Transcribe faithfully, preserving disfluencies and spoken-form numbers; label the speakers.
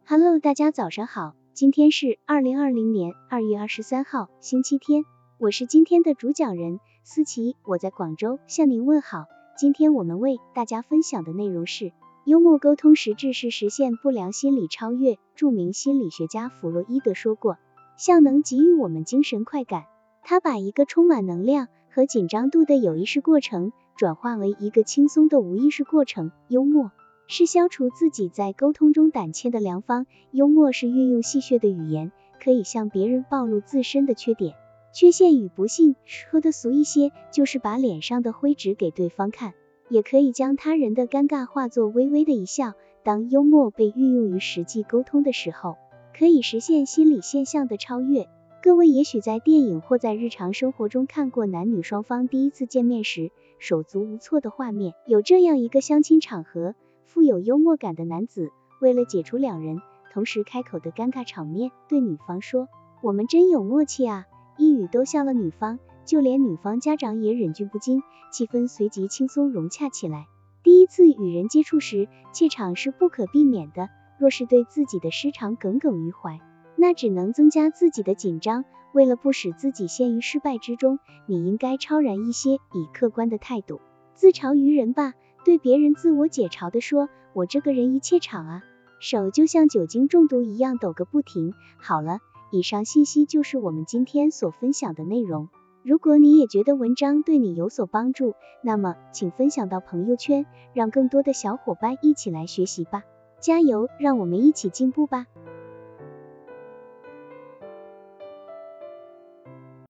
Speaker 1: Hello， 大家早上好，今天是二零二零年二月二十三号，星期天，我是今天的主讲人思琪，我在广州向您问好。今天我们为大家分享的内容是，幽默沟通实质是实现不良心理超越。著名心理学家弗洛伊德说过，笑能给予我们精神快感。他把一个充满能量和紧张度的有意识过程转化为一个轻松的无意识过程。幽默是消除自己在沟通中胆怯的良方，幽默是运用戏谑的语言，可以向别人暴露自身的缺点、缺陷与不幸，说的俗一些，就是把脸上的灰指给对方看，也可以将他人的尴尬化作微微的一笑。当幽默被运用于实际沟通的时候，可以实现心理现象的超越。各位也许在电影或在日常生活中看过男女双方第一次见面时手足无措的画面，有这样一个相亲场合，富有幽默感的男子为了解除两人同时开口的尴尬场面，对女方说，我们真有默契啊，一语逗笑了女方，就连女方家长也忍俊不禁，气氛随即轻松融洽起来。第一次与人接触时，怯场是不可避免的，若是对自己的失常耿耿于怀，那只能增加自己的紧张。为了不使自己陷于失败之中，你应该超然一些，以客观的态度自嘲于人吧。对别人自我解嘲的说，我这个人一怯场啊，手就像酒精中毒一样抖个不停。好了，以上信息就是我们今天所分享的内容。如果你也觉得文章对你有所帮助，那么请分享到朋友圈，让更多的小伙伴一起来学习吧。加油，让我们一起进步吧。